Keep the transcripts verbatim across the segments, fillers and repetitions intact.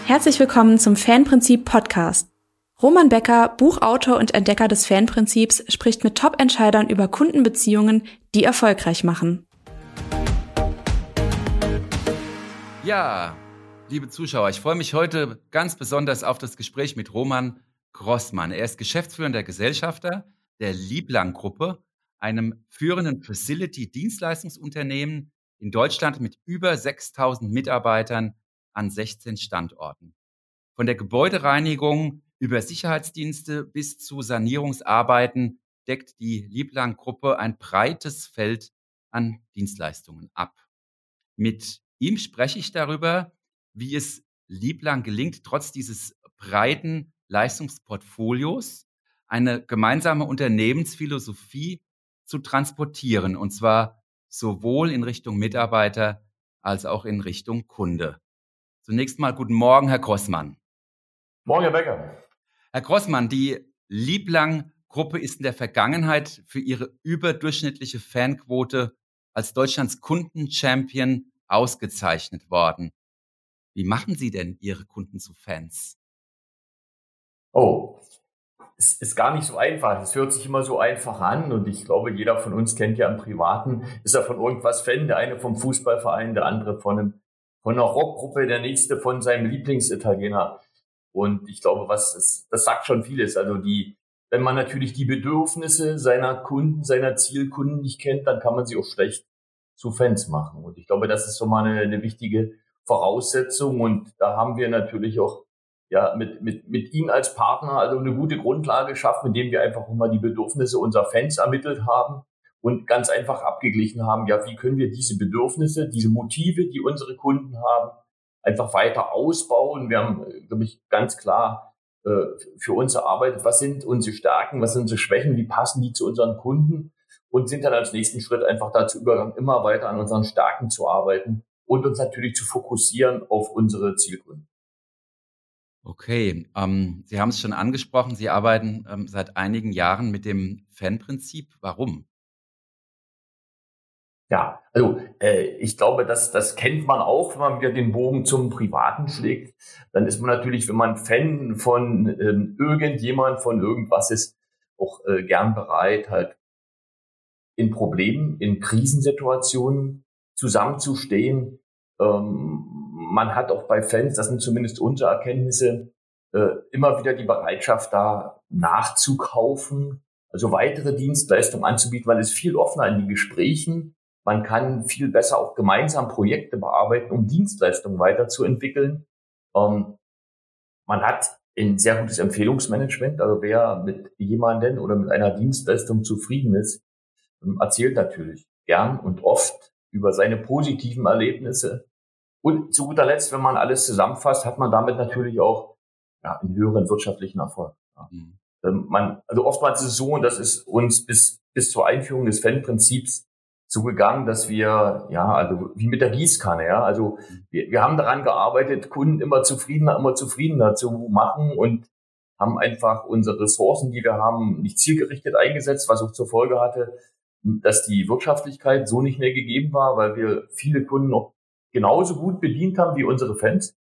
Herzlich willkommen zum Fanprinzip Podcast. Roman Becker, Buchautor und Entdecker des Fanprinzips, spricht mit Top-Entscheidern über Kundenbeziehungen, die erfolgreich machen. Ja, liebe Zuschauer, ich freue mich heute ganz besonders auf das Gespräch mit Roman Grossmann. Er ist geschäftsführender Gesellschafter der Lieblang-Gruppe, einem führenden Facility-Dienstleistungsunternehmen in Deutschland mit über sechstausend Mitarbeitern an sechzehn Standorten. Von der Gebäudereinigung über Sicherheitsdienste bis zu Sanierungsarbeiten deckt die Lieblang-Gruppe ein breites Feld an Dienstleistungen ab. Mit ihm spreche ich darüber, wie es Lieblang gelingt, trotz dieses breiten Leistungsportfolios eine gemeinsame Unternehmensphilosophie zu transportieren, und zwar sowohl in Richtung Mitarbeiter als auch in Richtung Kunde. Zunächst mal guten Morgen, Herr Grossmann. Morgen, Herr Becker. Herr Grossmann, die Lieblang-Gruppe ist in der Vergangenheit für ihre überdurchschnittliche Fanquote als Deutschlands Kundenchampion ausgezeichnet worden. Wie machen Sie denn Ihre Kunden zu Fans? Oh, es ist gar nicht so einfach. Es hört sich immer so einfach an und ich glaube, jeder von uns kennt ja im Privaten, ist er von irgendwas Fan, der eine vom Fußballverein, der andere von, einem, von einer Rockgruppe, der nächste von seinem Lieblingsitaliener. Und ich glaube, was ist, das sagt schon vieles. Also die, wenn man natürlich die Bedürfnisse seiner Kunden, seiner Zielkunden nicht kennt, dann kann man sie auch schlecht zu Fans machen. Und ich glaube, das ist so mal eine, eine wichtige Voraussetzung. Und da haben wir natürlich auch ja mit mit mit Ihnen als Partner also eine gute Grundlage geschaffen, indem wir einfach mal die Bedürfnisse unserer Fans ermittelt haben und ganz einfach abgeglichen haben, ja, wie können wir diese Bedürfnisse, diese Motive, die unsere Kunden haben, einfach weiter ausbauen. Wir haben, glaube ich, ganz klar äh, für uns erarbeitet, was sind unsere Stärken, was sind unsere Schwächen, wie passen die zu unseren Kunden und sind dann als nächsten Schritt einfach dazu übergegangen, immer weiter an unseren Stärken zu arbeiten und uns natürlich zu fokussieren auf unsere Zielkunden. Okay, ähm, Sie haben es schon angesprochen, Sie arbeiten ähm, seit einigen Jahren mit dem Fanprinzip. Warum? Ja, also äh, ich glaube, das, das kennt man auch, wenn man wieder den Bogen zum Privaten schlägt. Dann ist man natürlich, wenn man Fan von ähm, irgendjemand, von irgendwas ist, auch äh, gern bereit, halt in Problemen, in Krisensituationen zusammenzustehen. Ähm, man hat auch bei Fans, das sind zumindest unsere Erkenntnisse, äh, immer wieder die Bereitschaft da nachzukaufen, also weitere Dienstleistungen anzubieten, weil es viel offener in den Gesprächen. Man kann viel besser auch gemeinsam Projekte bearbeiten, um Dienstleistungen weiterzuentwickeln. Ähm, man hat ein sehr gutes Empfehlungsmanagement. Also wer mit jemandem oder mit einer Dienstleistung zufrieden ist, erzählt natürlich gern und oft über seine positiven Erlebnisse. Und zu guter Letzt, wenn man alles zusammenfasst, hat man damit natürlich auch ja, einen höheren wirtschaftlichen Erfolg. Ja. Mhm. Ähm, man, also oftmals ist es so, und das ist uns bis bis zur Einführung des Fanprinzips so gegangen, dass wir, ja, also wie mit der Gießkanne, ja, also wir, wir haben daran gearbeitet, Kunden immer zufriedener, immer zufriedener zu machen und haben einfach unsere Ressourcen, die wir haben, nicht zielgerichtet eingesetzt, was auch zur Folge hatte, dass die Wirtschaftlichkeit so nicht mehr gegeben war, weil wir viele Kunden noch genauso gut bedient haben wie unsere Fans,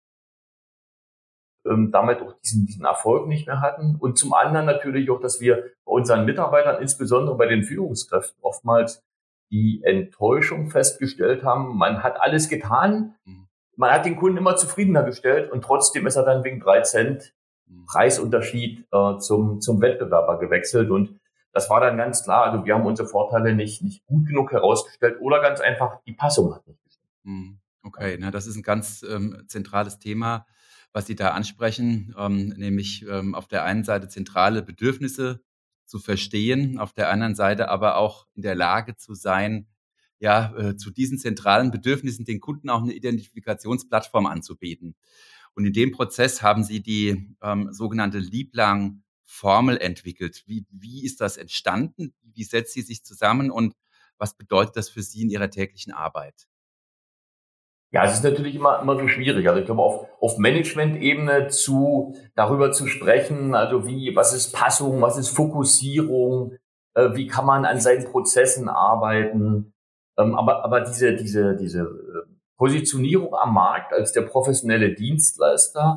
ähm, damit auch diesen, diesen Erfolg nicht mehr hatten. Und zum anderen natürlich auch, dass wir bei unseren Mitarbeitern, insbesondere bei den Führungskräften, oftmals die Enttäuschung festgestellt haben. Man hat alles getan, man hat den Kunden immer zufriedener gestellt und trotzdem ist er dann wegen drei Cent Preisunterschied äh, zum zum Wettbewerber gewechselt. Und das war dann ganz klar, also wir haben unsere Vorteile nicht nicht gut genug herausgestellt oder ganz einfach, die Passung hat nicht gestimmt. Okay, na, das ist ein ganz ähm, zentrales Thema, was Sie da ansprechen, ähm, nämlich ähm, auf der einen Seite zentrale Bedürfnisse zu verstehen, auf der anderen Seite aber auch in der Lage zu sein, ja, äh, zu diesen zentralen Bedürfnissen den Kunden auch eine Identifikationsplattform anzubieten. Und in dem Prozess haben Sie die ähm, sogenannte Lieblang-Formel entwickelt. Wie, wie ist das entstanden? Wie setzt sie sich zusammen und was bedeutet das für Sie in Ihrer täglichen Arbeit? Ja, es ist natürlich immer, immer so schwierig. Also ich glaube, auf, auf Management-Ebene zu, darüber zu sprechen, also wie, was ist Passung, was ist Fokussierung, äh, wie kann man an seinen Prozessen arbeiten. Ähm, aber, aber diese, diese, diese Positionierung am Markt als der professionelle Dienstleister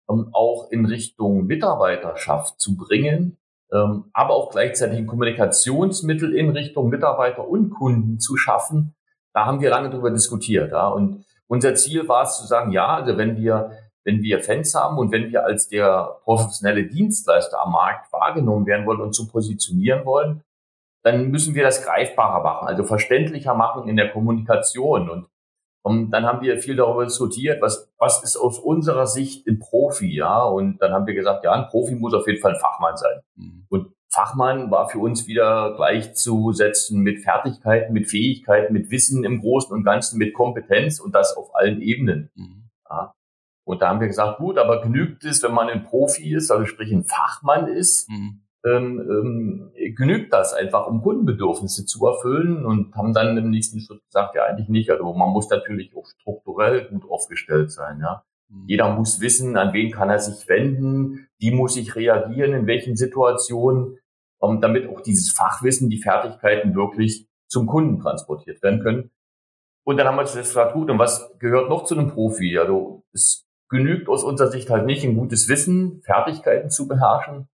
ähm, auch in Richtung Mitarbeiterschaft zu bringen, ähm, aber auch gleichzeitig ein Kommunikationsmittel in Richtung Mitarbeiter und Kunden zu schaffen. Da haben wir lange drüber diskutiert. Ja. Und unser Ziel war es zu sagen, ja, also wenn wir, wenn wir Fans haben und wenn wir als der professionelle Dienstleister am Markt wahrgenommen werden wollen und zu positionieren wollen, dann müssen wir das greifbarer machen, also verständlicher machen in der Kommunikation. Und, und dann haben wir viel darüber diskutiert, was, was ist aus unserer Sicht ein Profi, ja. Und dann haben wir gesagt, ja, ein Profi muss auf jeden Fall ein Fachmann sein. Mhm. Und Fachmann war für uns wieder gleichzusetzen mit Fertigkeiten, mit Fähigkeiten, mit Wissen im Großen und Ganzen, mit Kompetenz und das auf allen Ebenen. Mhm. Ja. Und da haben wir gesagt, gut, aber genügt es, wenn man ein Profi ist, also sprich ein Fachmann ist, mhm. ähm, ähm, genügt das einfach, um Kundenbedürfnisse zu erfüllen, und haben dann im nächsten Schritt gesagt, ja, eigentlich nicht. Also man muss natürlich auch strukturell gut aufgestellt sein, ja. Mhm. Jeder muss wissen, an wen kann er sich wenden, wie muss ich reagieren, in welchen Situationen, um, damit auch dieses Fachwissen, die Fertigkeiten wirklich zum Kunden transportiert werden können. Und dann haben wir uns gesagt, gut, und was gehört noch zu einem Profi? Also es genügt aus unserer Sicht halt nicht, ein gutes Wissen, Fertigkeiten zu beherrschen,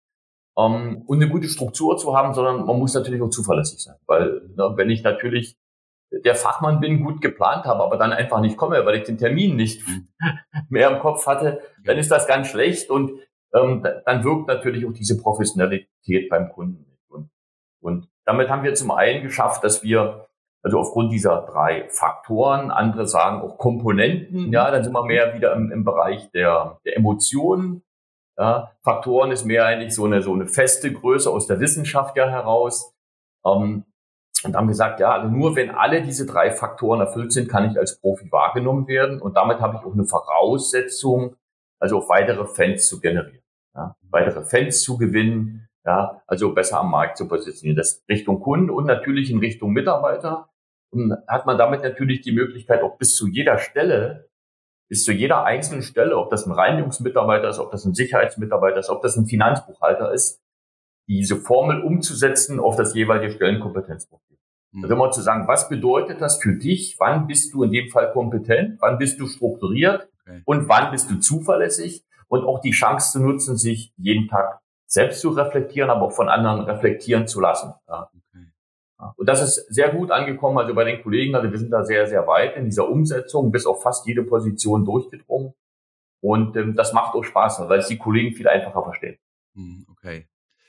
um, und eine gute Struktur zu haben, sondern man muss natürlich auch zuverlässig sein. Weil, ne, wenn ich natürlich der Fachmann bin, gut geplant habe, aber dann einfach nicht komme, weil ich den Termin nicht mehr im Kopf hatte, dann ist das ganz schlecht, und ähm, dann wirkt natürlich auch diese Professionalität beim Kunden nicht. Und, und damit haben wir zum einen geschafft, dass wir, also aufgrund dieser drei Faktoren, andere sagen auch Komponenten, ja, dann sind wir mehr wieder im, im Bereich der, der Emotionen. Ja, Faktoren ist mehr eigentlich so eine, so eine feste Größe aus der Wissenschaft ja heraus. Ähm, und haben gesagt, ja, also nur wenn alle diese drei Faktoren erfüllt sind, kann ich als Profi wahrgenommen werden. Und damit habe ich auch eine Voraussetzung, also auch weitere Fans zu generieren, ja, weitere Fans zu gewinnen, ja, also besser am Markt zu positionieren. Das Richtung Kunden und natürlich in Richtung Mitarbeiter. Und hat man damit natürlich die Möglichkeit, auch bis zu jeder Stelle, bis zu jeder einzelnen Stelle, ob das ein Reinigungsmitarbeiter ist, ob das ein Sicherheitsmitarbeiter ist, ob das ein Finanzbuchhalter ist, diese Formel umzusetzen auf das jeweilige Stellenkompetenzprofil. Mhm. Also immer zu sagen, was bedeutet das für dich? Wann bist du in dem Fall kompetent? Wann bist du strukturiert? Okay. Und wann bist du zuverlässig? Und auch die Chance zu nutzen, sich jeden Tag selbst zu reflektieren, aber auch von anderen reflektieren zu lassen. Ja. Okay. Ja. Und das ist sehr gut angekommen, also bei den Kollegen, also wir sind da sehr, sehr weit in dieser Umsetzung, bis auf fast jede Position durchgedrungen. Und ähm, das macht auch Spaß, weil es die Kollegen viel einfacher verstehen. Okay.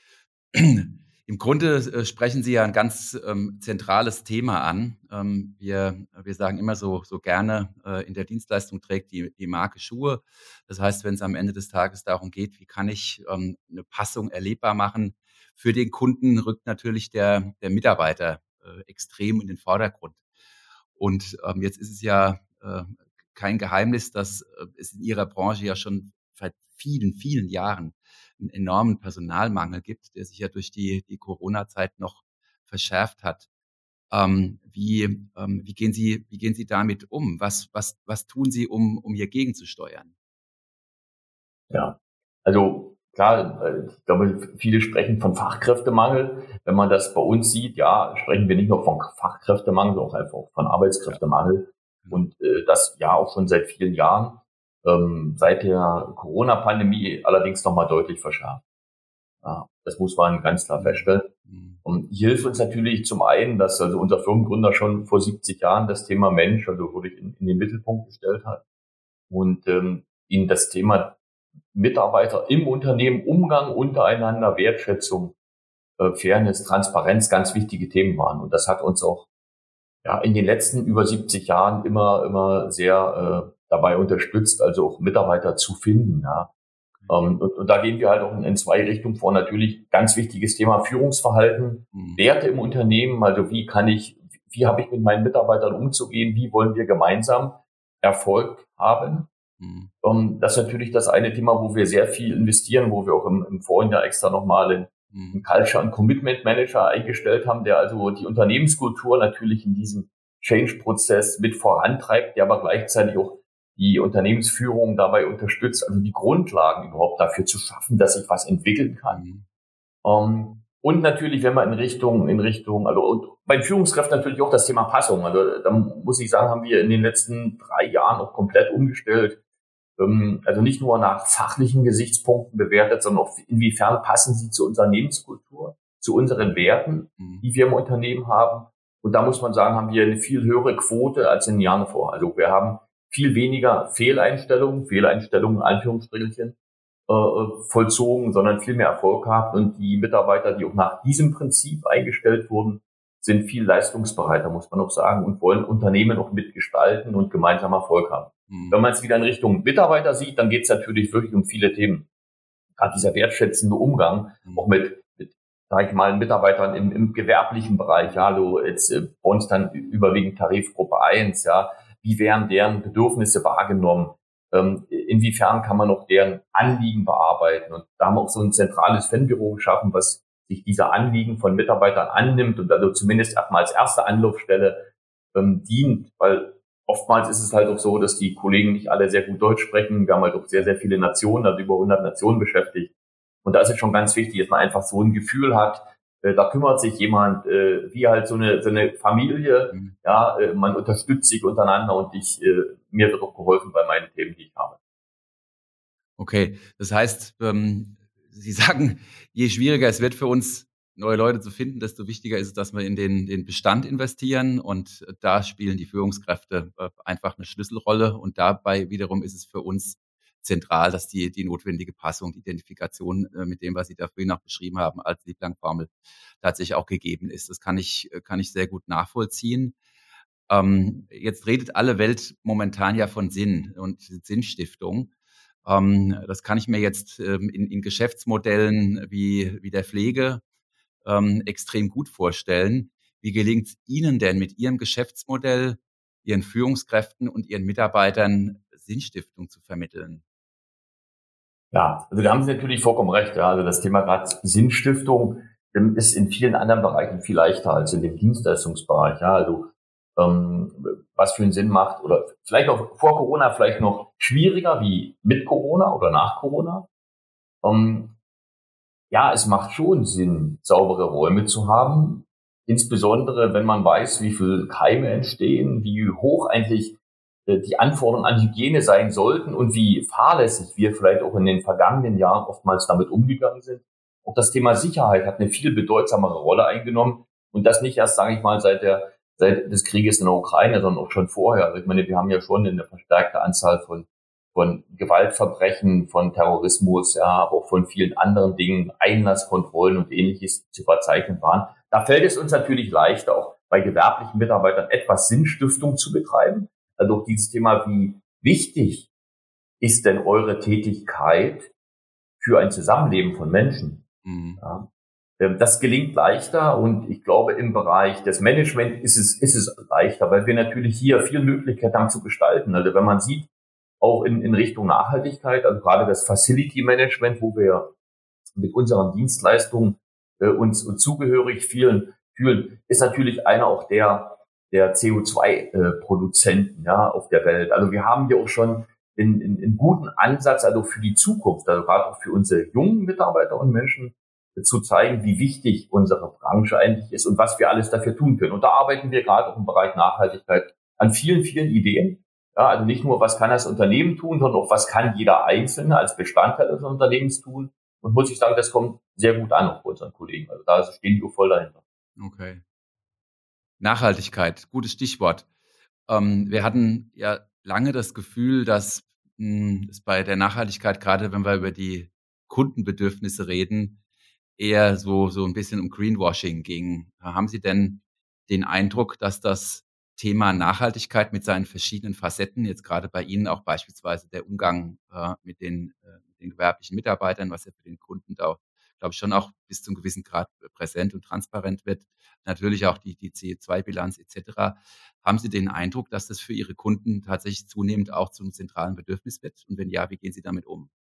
Im Grunde äh, sprechen Sie ja ein ganz ähm, zentrales Thema an. Ähm, wir, wir sagen immer so, so gerne, äh, in der Dienstleistung trägt die, die Marke Schuhe. Das heißt, wenn es am Ende des Tages darum geht, wie kann ich ähm, eine Passung erlebbar machen für den Kunden, rückt natürlich der, der Mitarbeiter äh, extrem in den Vordergrund. Und ähm, jetzt ist es ja äh, kein Geheimnis, dass äh, es in Ihrer Branche ja schon seit vielen, vielen Jahren einen enormen Personalmangel gibt, der sich ja durch die, die Corona-Zeit noch verschärft hat. Ähm, wie, ähm, wie gehen Sie, wie gehen Sie damit um? Was, was, was tun Sie, um, um hier gegenzusteuern? Ja, also klar, ich glaube, viele sprechen von Fachkräftemangel. Wenn man das bei uns sieht, ja, sprechen wir nicht nur von Fachkräftemangel, sondern auch einfach von Arbeitskräftemangel. Und äh, das ja auch schon seit vielen Jahren. Ähm, seit der Corona-Pandemie allerdings nochmal deutlich verschärft. Ja, das muss man ganz klar feststellen. Und hier hilft uns natürlich zum einen, dass also unser Firmengründer schon vor siebzig Jahren das Thema Mensch, also wirklich in, in den Mittelpunkt gestellt hat und ähm, ihnen das Thema Mitarbeiter im Unternehmen, Umgang untereinander, Wertschätzung, äh, Fairness, Transparenz ganz wichtige Themen waren. Und das hat uns auch ja in den letzten über siebzig Jahren immer immer sehr äh, dabei unterstützt, also auch Mitarbeiter zu finden. Ja. Um, und, und da gehen wir halt auch in, in zwei Richtungen vor. Natürlich ganz wichtiges Thema Führungsverhalten, mhm. Werte im Unternehmen. Also wie kann ich, wie habe ich mit meinen Mitarbeitern umzugehen? Wie wollen wir gemeinsam Erfolg haben? Mhm. Um, das ist natürlich das eine Thema, wo wir sehr viel investieren, wo wir auch im, im vorigen Jahr extra nochmal einen, mhm. einen Culture- und Commitment Manager eingestellt haben, der also die Unternehmenskultur natürlich in diesem Change-Prozess mit vorantreibt, der aber gleichzeitig auch die Unternehmensführung dabei unterstützt, also die Grundlagen überhaupt dafür zu schaffen, dass sich was entwickeln kann. Mhm. Um, und natürlich, wenn man in Richtung, in Richtung, also und bei Führungskräften natürlich auch das Thema Passung. Also da muss ich sagen, haben wir in den letzten drei Jahren auch komplett umgestellt. ähm, also nicht nur nach fachlichen Gesichtspunkten bewertet, sondern auch inwiefern passen sie zur Unternehmenskultur, zu unseren Werten, die wir im Unternehmen haben. Und da muss man sagen, haben wir eine viel höhere Quote als in den Jahren vor. Also wir haben viel weniger Fehleinstellungen, Fehleinstellungen in Anführungsstrichen, äh, vollzogen, sondern viel mehr Erfolg gehabt. Und die Mitarbeiter, die auch nach diesem Prinzip eingestellt wurden, sind viel leistungsbereiter, muss man auch sagen, und wollen Unternehmen auch mitgestalten und gemeinsam Erfolg haben. Mhm. Wenn man es wieder in Richtung Mitarbeiter sieht, dann geht es natürlich wirklich um viele Themen. Gerade dieser wertschätzende Umgang, mhm. auch mit, mit sag ich mal, Mitarbeitern im, im gewerblichen Bereich, ja, so jetzt äh, bei uns dann überwiegend Tarifgruppe eins, ja, wie werden deren Bedürfnisse wahrgenommen? Ähm, inwiefern kann man noch deren Anliegen bearbeiten? Und da haben wir auch so ein zentrales Fanbüro geschaffen, was sich dieser Anliegen von Mitarbeitern annimmt und also zumindest erstmal als erste Anlaufstelle ähm, dient, weil oftmals ist es halt auch so, dass die Kollegen nicht alle sehr gut Deutsch sprechen. Wir haben halt auch sehr, sehr viele Nationen, also über hundert Nationen beschäftigt. Und da ist es schon ganz wichtig, dass man einfach so ein Gefühl hat, äh, da kümmert sich jemand, äh, wie halt so eine so eine Familie, mhm. ja, äh, man unterstützt sich untereinander und ich äh, mir wird auch geholfen bei meinen Themen, die ich habe. Okay, das heißt, ähm, Sie sagen, je schwieriger es wird für uns, neue Leute zu finden, desto wichtiger ist es, dass wir in den, den Bestand investieren und da spielen die Führungskräfte einfach eine Schlüsselrolle und dabei wiederum ist es für uns zentral, dass die, die notwendige Passung, die Identifikation mit dem, was Sie da vorhin auch beschrieben haben, als Lieblang-Formel tatsächlich auch gegeben ist. Das kann ich, kann ich sehr gut nachvollziehen. Ähm, jetzt redet alle Welt momentan ja von Sinn und Sinnstiftung. Ähm, das kann ich mir jetzt ähm, in, in Geschäftsmodellen wie, wie der Pflege ähm, extrem gut vorstellen. Wie gelingt es Ihnen denn mit Ihrem Geschäftsmodell, Ihren Führungskräften und Ihren Mitarbeitern Sinnstiftung zu vermitteln? Ja, also da haben Sie natürlich vollkommen recht. Ja. Also das Thema gerade Sinnstiftung ähm, ist in vielen anderen Bereichen viel leichter als in dem Dienstleistungsbereich. Ja. Also ähm, was für einen Sinn macht oder vielleicht auch vor Corona vielleicht noch schwieriger wie mit Corona oder nach Corona. Ähm, ja, es macht schon Sinn, saubere Räume zu haben, insbesondere wenn man weiß, wie viel Keime entstehen, wie hoch eigentlich äh, die Anforderungen an Hygiene sein sollten und wie fahrlässig wir vielleicht auch in den vergangenen Jahren oftmals damit umgegangen sind. Auch das Thema Sicherheit hat eine viel bedeutsamere Rolle eingenommen und das nicht erst, sage ich mal, seit der seit des Krieges in der Ukraine, sondern auch schon vorher. Also ich meine, wir haben ja schon eine verstärkte Anzahl von von Gewaltverbrechen, von Terrorismus, ja, aber auch von vielen anderen Dingen, Einlasskontrollen und Ähnliches zu verzeichnen waren. Da fällt es uns natürlich leichter, auch bei gewerblichen Mitarbeitern etwas Sinnstiftung zu betreiben. Also auch dieses Thema, wie wichtig ist denn eure Tätigkeit für ein Zusammenleben von Menschen? Mhm. Ja. Das gelingt leichter und ich glaube, im Bereich des Management ist es, ist es leichter, weil wir natürlich hier viel Möglichkeit haben zu gestalten. Also wenn man sieht, auch in, in Richtung Nachhaltigkeit, also gerade das Facility Management, wo wir mit unseren Dienstleistungen äh, uns, uns zugehörig fühlen, fühlen, ist natürlich einer auch der, der C O zwei Produzenten, ja, auf der Welt. Also wir haben hier auch schon einen, einen, einen guten Ansatz, also für die Zukunft, also gerade auch für unsere jungen Mitarbeiter und Menschen, zu zeigen, wie wichtig unsere Branche eigentlich ist und was wir alles dafür tun können. Und da arbeiten wir gerade auch im Bereich Nachhaltigkeit an vielen, vielen Ideen. Ja, also nicht nur, was kann das Unternehmen tun, sondern auch, was kann jeder Einzelne als Bestandteil des Unternehmens tun. Und muss ich sagen, das kommt sehr gut an auch bei unseren Kollegen. Also da stehen die voll dahinter. Okay. Nachhaltigkeit, gutes Stichwort. Ähm, wir hatten ja lange das Gefühl, dass mh, es bei der Nachhaltigkeit, gerade wenn wir über die Kundenbedürfnisse reden, eher so, so ein bisschen um Greenwashing ging. Haben Sie denn den Eindruck, dass das Thema Nachhaltigkeit mit seinen verschiedenen Facetten, jetzt gerade bei Ihnen auch beispielsweise der Umgang äh, mit, den, äh, mit den gewerblichen Mitarbeitern, was ja für den Kunden da, glaube ich, schon auch bis zu einem gewissen Grad präsent und transparent wird, natürlich auch die, die C O zwei Bilanz et cetera. Haben Sie den Eindruck, dass das für Ihre Kunden tatsächlich zunehmend auch zum zentralen Bedürfnis wird? Und wenn ja, wie gehen Sie damit um?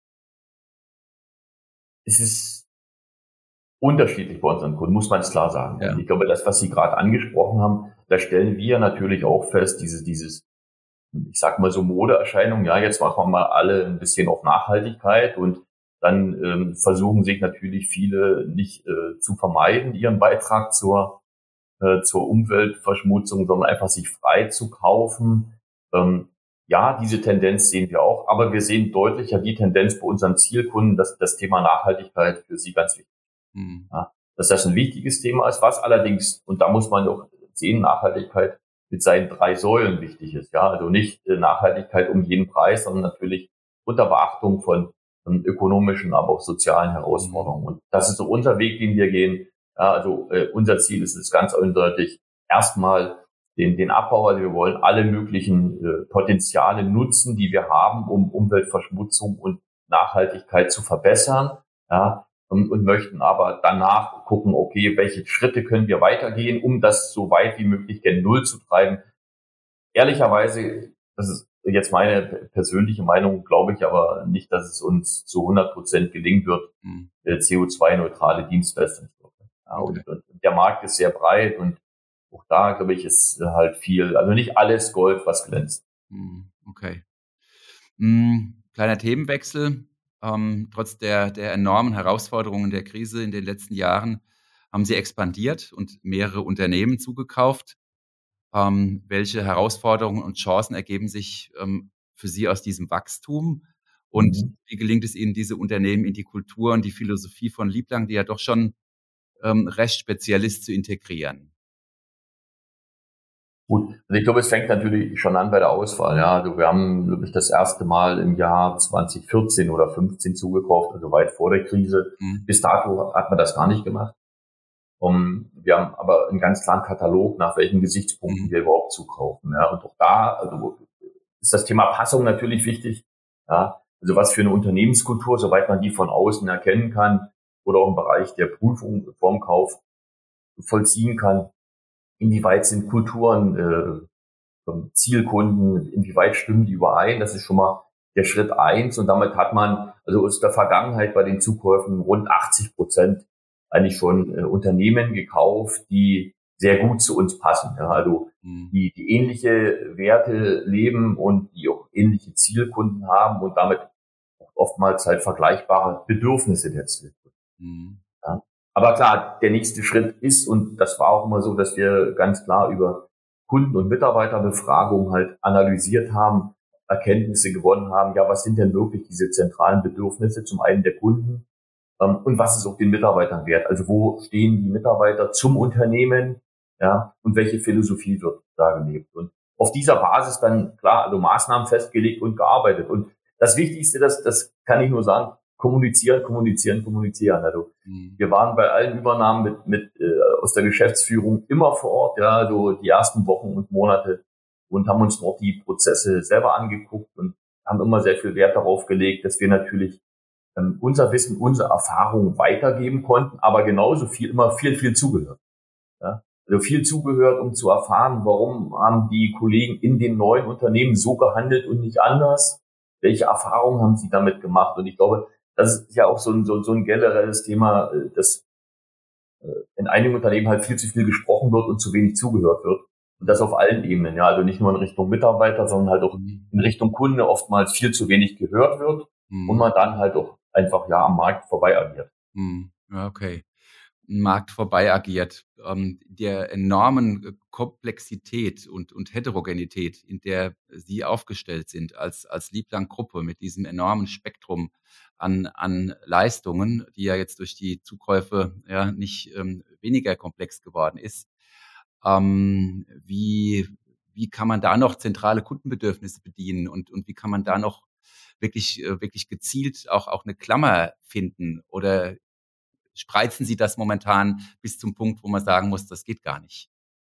Es ist unterschiedlich bei unseren Kunden, muss man es klar sagen. Ja. Ich glaube, das, was Sie gerade angesprochen haben, da stellen wir natürlich auch fest, dieses, dieses, ich sag mal so Modeerscheinung, ja, jetzt machen wir mal alle ein bisschen auf Nachhaltigkeit und dann ähm, versuchen sich natürlich viele nicht äh, zu vermeiden, ihren Beitrag zur, äh, zur Umweltverschmutzung, sondern einfach sich frei zu kaufen. Ähm, ja, diese Tendenz sehen wir auch, aber wir sehen deutlicher die Tendenz bei unseren Zielkunden, dass das Thema Nachhaltigkeit für sie ganz wichtig ist. Mhm. Ja, dass das ein wichtiges Thema ist, was allerdings, und da muss man auch sehen, Nachhaltigkeit mit seinen drei Säulen wichtig ist. Ja, also nicht Nachhaltigkeit um jeden Preis, sondern natürlich unter Beachtung von, von ökonomischen, aber auch sozialen Herausforderungen. Und das ist so unser Weg, den wir gehen. Ja, also äh, unser Ziel ist es ganz eindeutig, erstmal den, den Abbau, also wir wollen alle möglichen äh, Potenziale nutzen, die wir haben, um Umweltverschmutzung und Nachhaltigkeit zu verbessern, ja, und, und möchten aber danach gucken, okay, welche Schritte können wir weitergehen, um das so weit wie möglich gen Null zu treiben. Ehrlicherweise, das ist jetzt meine persönliche Meinung, glaube ich aber nicht, dass es uns zu hundert Prozent gelingen wird, mhm. C O zwei neutrale Dienstleistungen zu machen. Ja, okay. und, und der Markt ist sehr breit und auch da, glaube ich, ist halt viel, also nicht alles Gold, was glänzt. Okay. Mhm. Kleiner Themenwechsel. Ähm, trotz der, der enormen Herausforderungen der Krise in den letzten Jahren haben Sie expandiert und mehrere Unternehmen zugekauft. Ähm, welche Herausforderungen und Chancen ergeben sich ähm, für Sie aus diesem Wachstum? Und mhm. wie gelingt es Ihnen, diese Unternehmen in die Kultur und die Philosophie von Lieblang, die ja doch schon ähm, recht speziell ist, zu integrieren? Gut, also ich glaube, es fängt natürlich schon an bei der Auswahl. Ja, also wir haben, glaube ich, das erste Mal im Jahr zwanzig vierzehn oder fünfzehn zugekauft, also weit vor der Krise. Mhm. Bis dato hat man das gar nicht gemacht. Um, wir haben aber einen ganz klaren Katalog, nach welchen Gesichtspunkten mhm. wir überhaupt zukaufen. Ja, und auch da also ist das Thema Passung natürlich wichtig. Ja, also was für eine Unternehmenskultur, soweit man die von außen erkennen kann oder auch im Bereich der Prüfung vorm Kauf vollziehen kann. Inwieweit sind Kulturen äh, von Zielkunden, inwieweit stimmen die überein? Das ist schon mal der Schritt eins. Und damit hat man also aus der Vergangenheit bei den Zukäufen rund achtzig Prozent eigentlich schon äh, Unternehmen gekauft, die sehr gut zu uns passen. Ja, also mhm. die, die ähnliche Werte leben und die auch ähnliche Zielkunden haben und damit auch oftmals halt vergleichbare Bedürfnisse der Zielkunden. Mhm. Ja. Aber klar, der nächste Schritt ist, und das war auch immer so, dass wir ganz klar über Kunden- und Mitarbeiterbefragungen halt analysiert haben, Erkenntnisse gewonnen haben, ja, was sind denn wirklich diese zentralen Bedürfnisse, zum einen der Kunden, ähm, und was ist auch den Mitarbeitern wert? Also wo stehen die Mitarbeiter zum Unternehmen, ja, und welche Philosophie wird da gelebt? Und auf dieser Basis dann, klar, also Maßnahmen festgelegt und gearbeitet. Und das Wichtigste, das, das kann ich nur sagen, kommunizieren, kommunizieren, kommunizieren. Also mhm. wir waren bei allen Übernahmen mit, mit äh, aus der Geschäftsführung immer vor Ort, ja, so die ersten Wochen und Monate, und haben uns dort die Prozesse selber angeguckt und haben immer sehr viel Wert darauf gelegt, dass wir natürlich ähm, unser Wissen, unsere Erfahrungen weitergeben konnten, aber genauso viel immer viel, viel zugehört. Ja? Also viel zugehört, um zu erfahren, warum haben die Kollegen in den neuen Unternehmen so gehandelt und nicht anders? Welche Erfahrungen haben sie damit gemacht? Und ich glaube, das ist ja auch so ein, so, so ein generelles Thema, dass in einigen Unternehmen halt viel zu viel gesprochen wird und zu wenig zugehört wird. Und das auf allen Ebenen, ja, also nicht nur in Richtung Mitarbeiter, sondern halt auch in Richtung Kunde oftmals viel zu wenig gehört wird mhm. und man dann halt auch einfach, ja, am Markt vorbei agiert. Mhm. Ja, okay. Markt vorbei agiert. Ähm, der enormen Komplexität und, und Heterogenität, in der Sie aufgestellt sind als, als Lieblang-Gruppe mit diesem enormen Spektrum an, an Leistungen, die ja jetzt durch die Zukäufe ja nicht ähm, weniger komplex geworden ist. Ähm, wie, wie kann man da noch zentrale Kundenbedürfnisse bedienen und, und wie kann man da noch wirklich, äh, wirklich gezielt auch, auch eine Klammer finden? Oder spreizen Sie das momentan bis zum Punkt, wo man sagen muss, das geht gar nicht?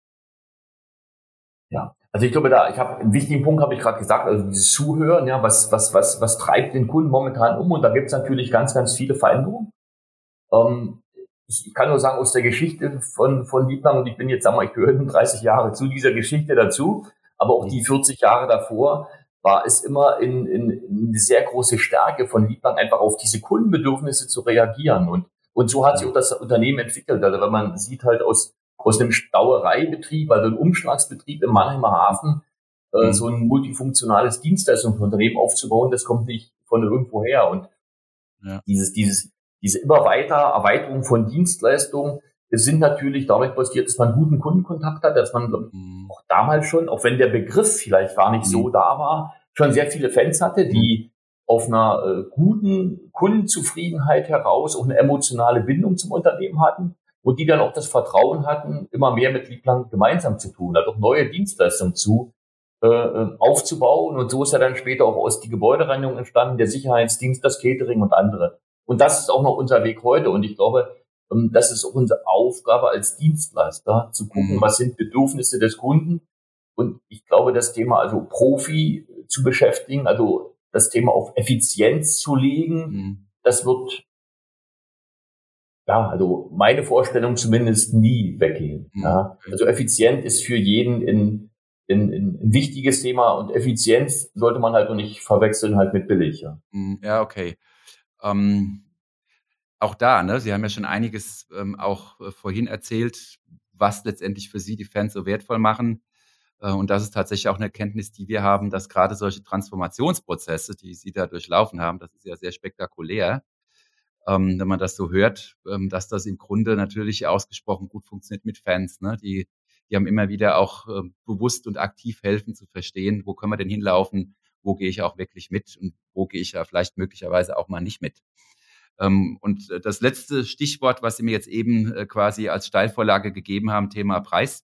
Ja, also ich glaube, da, ich habe einen wichtigen Punkt, habe ich gerade gesagt, also dieses Zuhören, ja, was, was, was, was treibt den Kunden momentan um? Und da gibt es natürlich ganz, ganz viele Veränderungen. Ähm, ich, ich kann nur sagen, aus der Geschichte von, von Lieblang, und ich bin jetzt, sagen wir, ich gehöre dreißig Jahre zu dieser Geschichte dazu, aber auch die vierzig Jahre davor war es immer in, in, in eine sehr große Stärke von Lieblang, einfach auf diese Kundenbedürfnisse zu reagieren. Und, und so hat sich auch das Unternehmen entwickelt. Also wenn man sieht halt aus aus einem Stauereibetrieb, also einem Umschlagsbetrieb im Mannheimer Hafen, äh, mhm. so ein multifunktionales Dienstleistungsunternehmen aufzubauen, das kommt nicht von irgendwo her. Und ja. dieses, dieses, diese immer weiter Erweiterung von Dienstleistungen sind natürlich dadurch basiert, dass man guten Kundenkontakt hat, dass man mhm. auch damals schon, auch wenn der Begriff vielleicht gar nicht mhm. so da war, schon sehr viele Fans hatte, die auf einer äh, guten Kundenzufriedenheit heraus auch eine emotionale Bindung zum Unternehmen hatten und die dann auch das Vertrauen hatten, immer mehr mit Lieblang gemeinsam zu tun, also auch neue Dienstleistungen zu äh, aufzubauen. Und so ist ja dann später auch aus die Gebäudereinigung entstanden, der Sicherheitsdienst, das Catering und andere. Und das ist auch noch unser Weg heute. Und ich glaube, ähm, das ist auch unsere Aufgabe als Dienstleister, zu gucken, mhm. was sind Bedürfnisse des Kunden. Und ich glaube, das Thema also Profi zu beschäftigen, also das Thema auf Effizienz zu legen, mhm. das wird, ja, also meine Vorstellung zumindest nie weggehen. Mhm. Ja. Also effizient ist für jeden in, in, in ein wichtiges Thema und Effizienz sollte man halt noch nicht verwechseln halt mit billig. Ja, ja okay. Ähm, auch da, ne, Sie haben ja schon einiges ähm, auch äh, vorhin erzählt, was letztendlich für Sie die Fans so wertvoll machen. Und das ist tatsächlich auch eine Erkenntnis, die wir haben, dass gerade solche Transformationsprozesse, die Sie da durchlaufen haben, das ist ja sehr spektakulär, ähm, wenn man das so hört, ähm, dass das im Grunde natürlich ausgesprochen gut funktioniert mit Fans. Ne? Die, die haben immer wieder auch äh, bewusst und aktiv helfen zu verstehen, wo können wir denn hinlaufen, wo gehe ich auch wirklich mit und wo gehe ich ja vielleicht möglicherweise auch mal nicht mit. Ähm, und das letzte Stichwort, was Sie mir jetzt eben äh, quasi als Steilvorlage gegeben haben, Thema Preis.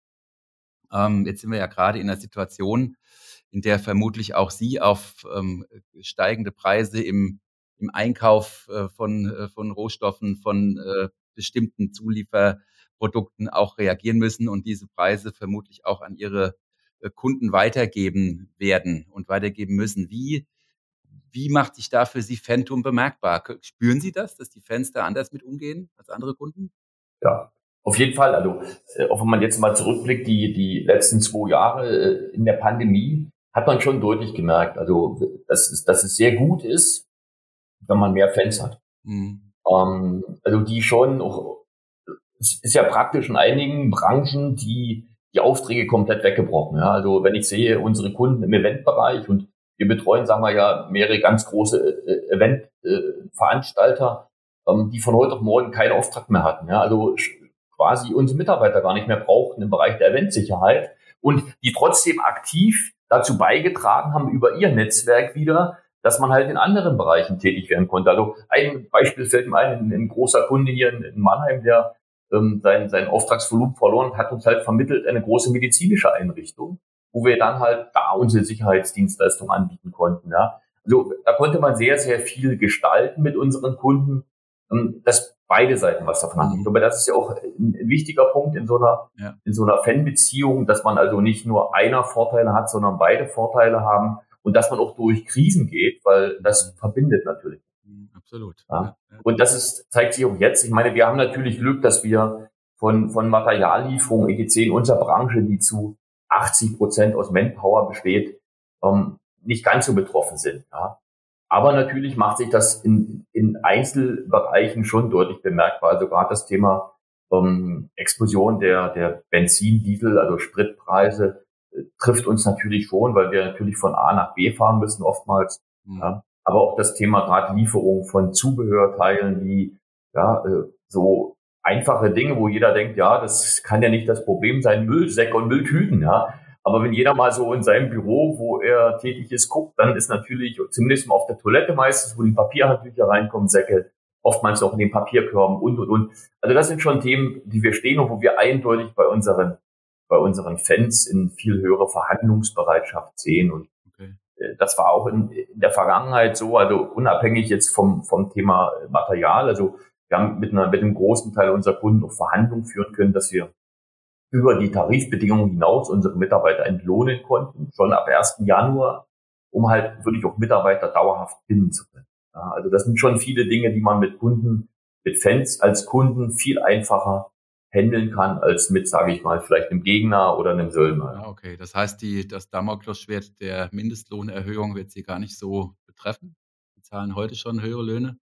Ähm, jetzt sind wir ja gerade in einer Situation, in der vermutlich auch Sie auf ähm, steigende Preise im, im Einkauf äh, von, äh, von Rohstoffen, von äh, bestimmten Zulieferprodukten auch reagieren müssen und diese Preise vermutlich auch an Ihre äh, Kunden weitergeben werden und weitergeben müssen. Wie, wie macht sich da für Sie Phantom bemerkbar? Spüren Sie das, dass die Fans da anders mit umgehen als andere Kunden? Ja. Auf jeden Fall, also auch wenn man jetzt mal zurückblickt, die die letzten zwei Jahre in der Pandemie, hat man schon deutlich gemerkt, also dass es, dass es sehr gut ist, wenn man mehr Fans hat. Mhm. Ähm, also die schon auch, es ist ja praktisch in einigen Branchen die die Aufträge komplett weggebrochen. Ja, also wenn ich sehe, unsere Kunden im Eventbereich und wir betreuen, sagen wir ja, mehrere ganz große äh, Eventveranstalter, äh, ähm, die von heute auf morgen keinen Auftrag mehr hatten. Ja, also quasi unsere Mitarbeiter gar nicht mehr brauchten im Bereich der Eventsicherheit und die trotzdem aktiv dazu beigetragen haben über ihr Netzwerk wieder, dass man halt in anderen Bereichen tätig werden konnte. Also ein Beispiel fällt mir ein, ein großer Kunde hier in Mannheim, der ähm, sein, sein Auftragsvolumen verloren hat, uns halt vermittelt eine große medizinische Einrichtung, wo wir dann halt da unsere Sicherheitsdienstleistung anbieten konnten. Ja. Also da konnte man sehr, sehr viel gestalten mit unseren Kunden, dass beide Seiten was davon haben. Ich glaube, das ist ja auch ein wichtiger Punkt in so einer, ja. in so einer Fanbeziehung, dass man also nicht nur einer Vorteile hat, sondern beide Vorteile haben und dass man auch durch Krisen geht, weil das verbindet natürlich. Absolut. Ja. Ja. Und das ist, zeigt sich auch jetzt. Ich meine, wir haben natürlich Glück, dass wir von, von Materiallieferungen et cetera in unserer Branche, die zu achtzig Prozent aus Manpower besteht, ähm, nicht ganz so betroffen sind. Ja. Aber natürlich macht sich das in, in Einzelbereichen schon deutlich bemerkbar. Also gerade das Thema ähm, Explosion der, der Benzin, Diesel, also Spritpreise äh, trifft uns natürlich schon, weil wir natürlich von A nach B fahren müssen oftmals. Mhm. Ja. Aber auch das Thema gerade Lieferung von Zubehörteilen, wie ja äh, so einfache Dinge, wo jeder denkt, ja, das kann ja nicht das Problem sein, Müllsäcke und Mülltüten, ja. Aber wenn jeder mal so in seinem Büro, wo er tätig ist, guckt, dann ist natürlich zumindest mal auf der Toilette meistens, wo die Papierhandtücher reinkommen, Säcke, oftmals auch in den Papierkörben und, und, und. Also das sind schon Themen, die wir stehen und wo wir eindeutig bei unseren, bei unseren Fans in viel höhere Verhandlungsbereitschaft sehen. Und okay. Das war auch in, in der Vergangenheit so, also unabhängig jetzt vom, vom Thema Material. Also wir haben mit, einer, mit einem großen Teil unserer Kunden auch Verhandlungen führen können, dass wir über die Tarifbedingungen hinaus unsere Mitarbeiter entlohnen konnten, schon ab ersten Januar, um halt wirklich auch Mitarbeiter dauerhaft binden zu können. Ja, also das sind schon viele Dinge, die man mit Kunden, mit Fans als Kunden viel einfacher handeln kann, als mit, sage ich mal, vielleicht einem Gegner oder einem Söldner. Ja, okay, das heißt, die, das Damoklesschwert der Mindestlohnerhöhung wird Sie gar nicht so betreffen? Sie zahlen heute schon höhere Löhne?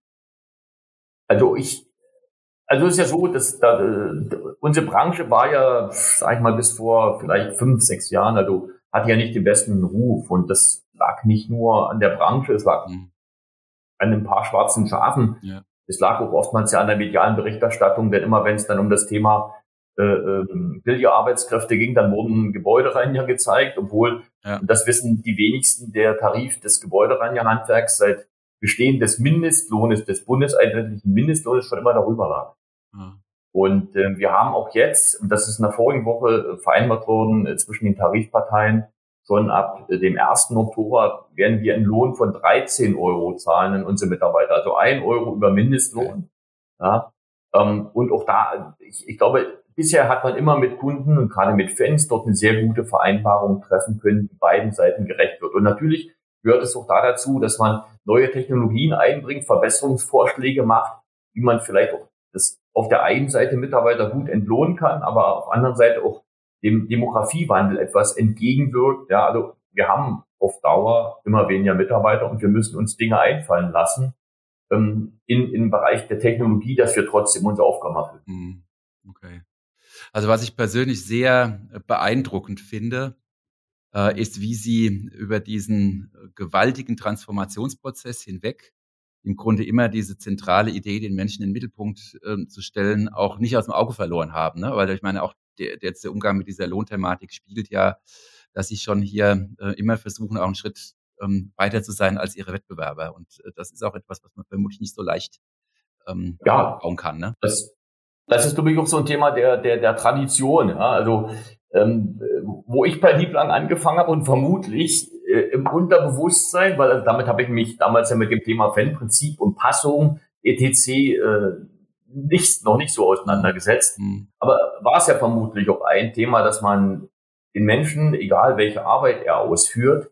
Also ich Also es ist ja so, dass da, äh, unsere Branche war ja, sag ich mal, bis vor vielleicht fünf, sechs Jahren, also hatte ja nicht den besten Ruf. Und das lag nicht nur an der Branche, es lag mhm. an ein paar schwarzen Schafen. Ja. Es lag auch oftmals ja an der medialen Berichterstattung, denn immer wenn es dann um das Thema äh, äh, Billigarbeitskräfte ging, dann wurden Gebäudereiniger gezeigt, obwohl Ja. Und das wissen die wenigsten. Der Tarif des Gebäudereinigerhandwerks seit Bestehen des Mindestlohnes, des bundeseinheitlichen Mindestlohnes schon immer darüber lag. Ja. Und äh, wir haben auch jetzt, und das ist in der vorigen Woche vereinbart worden äh, zwischen den Tarifparteien, schon ab äh, dem ersten Oktober werden wir einen Lohn von dreizehn Euro zahlen an unsere Mitarbeiter, also ein Euro über Mindestlohn. Ja. Ähm, und auch da, ich, ich glaube, bisher hat man immer mit Kunden und gerade mit Fans dort eine sehr gute Vereinbarung treffen können, die beiden Seiten gerecht wird. Und natürlich gehört es auch da dazu, dass man neue Technologien einbringt, Verbesserungsvorschläge macht, wie man vielleicht auch das auf der einen Seite Mitarbeiter gut entlohnen kann, aber auf der anderen Seite auch dem Demografiewandel etwas entgegenwirkt. Ja, also wir haben auf Dauer immer weniger Mitarbeiter und wir müssen uns Dinge einfallen lassen ähm, in, im Bereich der Technologie, dass wir trotzdem unsere Aufgaben erfüllen. Okay. Also was ich persönlich sehr beeindruckend finde, äh, ist, wie Sie über diesen gewaltigen Transformationsprozess hinweg im Grunde immer diese zentrale Idee, den Menschen in den Mittelpunkt äh, zu stellen, auch nicht aus dem Auge verloren haben. Ne? Weil ich meine, auch der, der, jetzt der Umgang mit dieser Lohnthematik spiegelt ja, dass Sie schon hier äh, immer versuchen, auch einen Schritt ähm, weiter zu sein als Ihre Wettbewerber. Und äh, das ist auch etwas, was man vermutlich nicht so leicht ähm, ja, bauen kann. Ne? Das, das ist, glaube ich, auch so ein Thema der, der, der Tradition. Ja? Also ähm, wo ich bei Lieblang angefangen habe und vermutlich äh, im Unterbewusstsein, weil also damit habe ich mich damals ja mit dem Thema Fanprinzip und Passung et cetera äh, nicht, noch nicht so auseinandergesetzt. Mhm. Aber war es ja vermutlich auch ein Thema, dass man den Menschen, egal welche Arbeit er ausführt,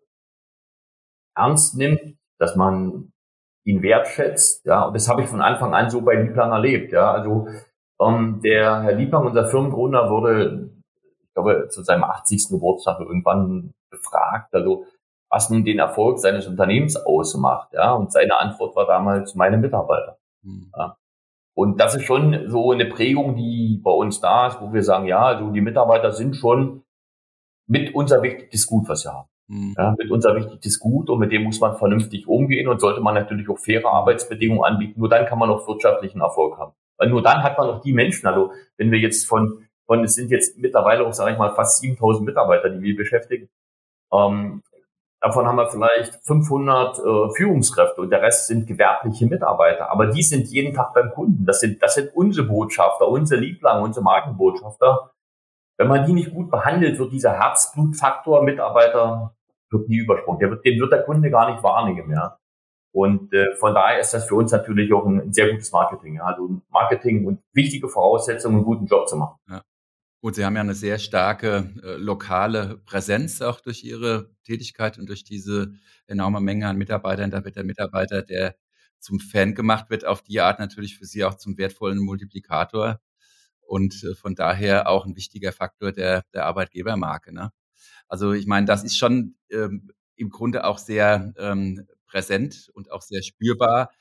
ernst nimmt, dass man ihn wertschätzt. Ja, und das habe ich von Anfang an so bei Lieblang erlebt. Ja, also ähm, der Herr Lieblang, unser Firmengründer, wurde, ich glaube, zu seinem achtzigsten Geburtstag irgendwann befragt, also was nun den Erfolg seines Unternehmens ausmacht. Ja, und seine Antwort war damals meine Mitarbeiter. Mhm. Ja. Und das ist schon so eine Prägung, die bei uns da ist, wo wir sagen, ja, also die Mitarbeiter sind schon mit unser wichtigstes Gut, was wir haben. Mhm. Ja, mit unser wichtigstes Gut und mit dem muss man vernünftig umgehen und sollte man natürlich auch faire Arbeitsbedingungen anbieten. Nur dann kann man auch wirtschaftlichen Erfolg haben. Weil nur dann hat man auch die Menschen, also wenn wir jetzt von, von es sind jetzt mittlerweile auch, sage ich mal, fast siebentausend Mitarbeiter, die wir beschäftigen, ähm, davon haben wir vielleicht fünfhundert äh, Führungskräfte und der Rest sind gewerbliche Mitarbeiter. Aber die sind jeden Tag beim Kunden. Das sind, das sind unsere Botschafter, unsere Lieblang, unsere Markenbotschafter. Wenn man die nicht gut behandelt, wird dieser Herzblutfaktor Mitarbeiter wird nie übersprungen. Der wird, den wird der Kunde gar nicht wahrnehmen, ja. Und äh, von daher ist das für uns natürlich auch ein, ein sehr gutes Marketing. Ja? Also Marketing und wichtige Voraussetzungen, einen guten Job zu machen. Ja. Gut, Sie haben ja eine sehr starke äh, lokale Präsenz auch durch Ihre Tätigkeit und durch diese enorme Menge an Mitarbeitern. Da wird der Mitarbeiter, der zum Fan gemacht wird, auf die Art natürlich für Sie auch zum wertvollen Multiplikator und äh, von daher auch ein wichtiger Faktor der, der Arbeitgebermarke. Ne? Also ich meine, das ist schon ähm, im Grunde auch sehr ähm, präsent und auch sehr spürbar.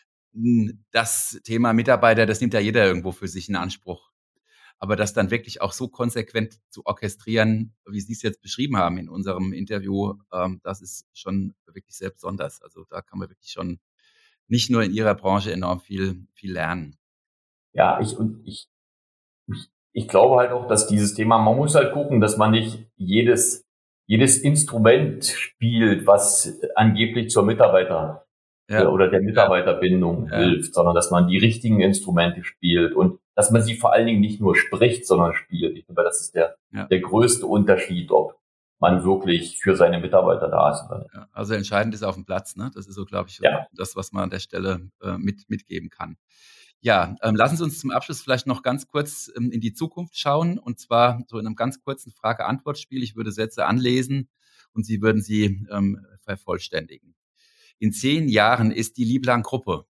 Das Thema Mitarbeiter, das nimmt ja jeder irgendwo für sich in Anspruch. Aber das dann wirklich auch so konsequent zu orchestrieren, wie Sie es jetzt beschrieben haben in unserem Interview, ähm, das ist schon wirklich sehr besonders. Also da kann man wirklich schon nicht nur in Ihrer Branche enorm viel, viel lernen. Ja, ich, und ich, ich, ich glaube halt auch, dass dieses Thema, man muss halt gucken, dass man nicht jedes, jedes Instrument spielt, was angeblich zur Mitarbeiter Ja. oder der Mitarbeiterbindung Ja. hilft, sondern dass man die richtigen Instrumente spielt und dass man sie vor allen Dingen nicht nur spricht, sondern spielt. Ich glaube, das ist der, Ja. der größte Unterschied, ob man wirklich für seine Mitarbeiter da ist oder nicht. Ja, also entscheidend ist auf dem Platz, ne? Das ist so, glaube ich, Ja. das, was man an der Stelle äh, mit, mitgeben kann. Ja, ähm, lassen Sie uns zum Abschluss vielleicht noch ganz kurz ähm, in die Zukunft schauen und zwar so in einem ganz kurzen Frage-Antwort-Spiel. Ich würde Sätze anlesen und Sie würden sie ähm, vervollständigen. In zehn Jahren ist die Lieblang-Gruppe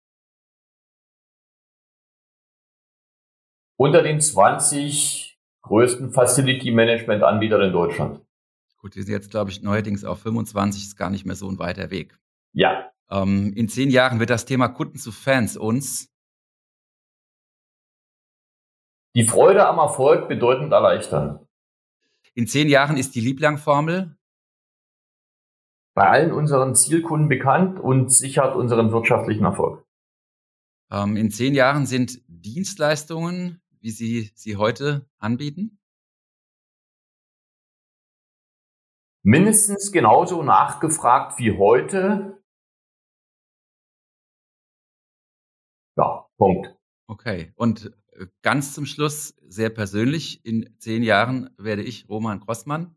Unter den zwanzig größten Facility-Management-Anbietern in Deutschland. Gut, wir sind jetzt, glaube ich, neuerdings auf fünfundzwanzig, ist gar nicht mehr so ein weiter Weg. Ja. Ähm, in zehn Jahren wird das Thema Kunden zu Fans uns die Freude am Erfolg bedeutend erleichtern. In zehn Jahren ist die Lieblang-Formel bei allen unseren Zielkunden bekannt und sichert unseren wirtschaftlichen Erfolg. Ähm, in zehn Jahren sind Dienstleistungen, wie Sie sie heute anbieten, mindestens genauso nachgefragt wie heute. Ja, Punkt. Okay, und ganz zum Schluss, sehr persönlich, in zehn Jahren werde ich Roman Grossmann.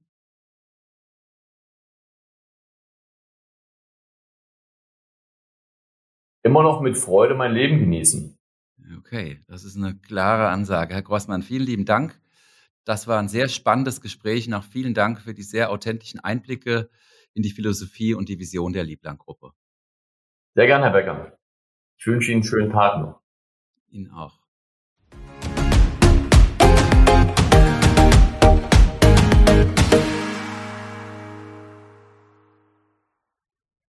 Immer noch mit Freude mein Leben genießen. Okay, das ist eine klare Ansage. Herr Grossmann, vielen lieben Dank. Das war ein sehr spannendes Gespräch. Noch vielen Dank für die sehr authentischen Einblicke in die Philosophie und die Vision der Lieblang-Gruppe. Sehr gerne, Herr Becker. Ich wünsche Ihnen einen schönen Tag noch. Ihnen auch.